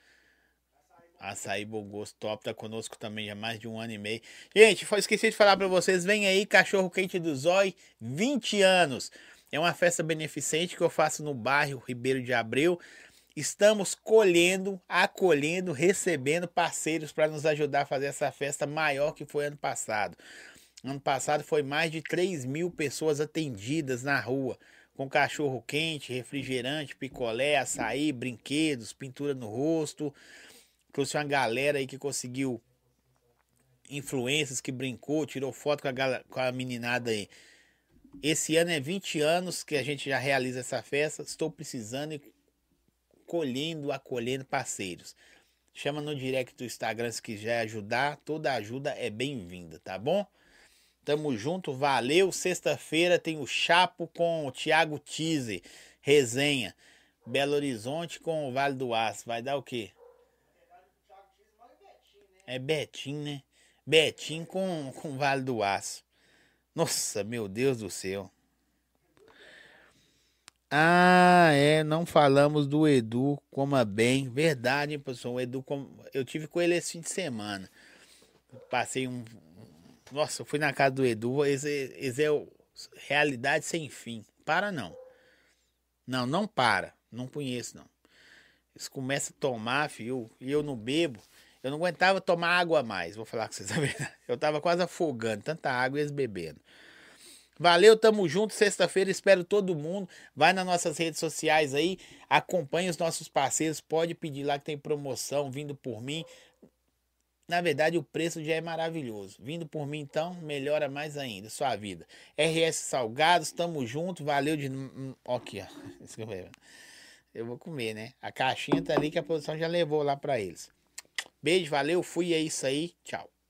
Açaí Bom Gosto top. Tá conosco também há mais de um ano e meio. Gente, esqueci de falar pra vocês. Vem aí, Cachorro Quente do Zói. vinte anos. É uma festa beneficente que eu faço no bairro Ribeiro de Abreu. Estamos colhendo, acolhendo, recebendo parceiros para nos ajudar a fazer essa festa maior que foi ano passado. Ano passado foi mais de três mil pessoas atendidas na rua, com cachorro quente, refrigerante, picolé, açaí, brinquedos, pintura no rosto. Trouxe uma galera aí que conseguiu, influências que brincou, tirou foto com a, gal- com a meninada aí. Esse ano é vinte anos que a gente já realiza essa festa. Estou precisando e colhendo, acolhendo parceiros. Chama no direct do Instagram se quiser ajudar. Toda ajuda é bem-vinda, tá bom? Tamo junto, valeu. Sexta-feira tem o Chapo com o Thiago Teaser. Resenha. Belo Horizonte com o Vale do Aço. Vai dar o quê? É Betim, né? Betim com, com o Vale do Aço. Nossa, meu Deus do céu. Ah, é, não falamos do Edu Coma Bem. Verdade, hein, pessoal? O Edu, com- eu tive com ele esse fim de semana. Passei um. Nossa, eu fui na casa do Edu. Esse, esse é o realidade sem fim. Para não. Não, não para. Não conheço, não. Eles começam a tomar, filho, e eu não bebo. Eu não aguentava tomar água mais, vou falar com vocês a verdade. Eu tava quase afogando, tanta água e eles bebendo. Valeu, tamo junto. Sexta-feira espero todo mundo. Vai nas nossas redes sociais aí, acompanhe os nossos parceiros. Pode pedir lá que tem promoção vindo por mim. Na verdade, o preço já é maravilhoso. Vindo por mim, então, melhora mais ainda sua vida. R S Salgados, tamo junto. Valeu de. Ó, aqui, ó. Desculpa aí. Eu vou comer, né? A caixinha tá ali que a produção já levou lá pra eles. Beijo, valeu, fui, é isso aí. Tchau.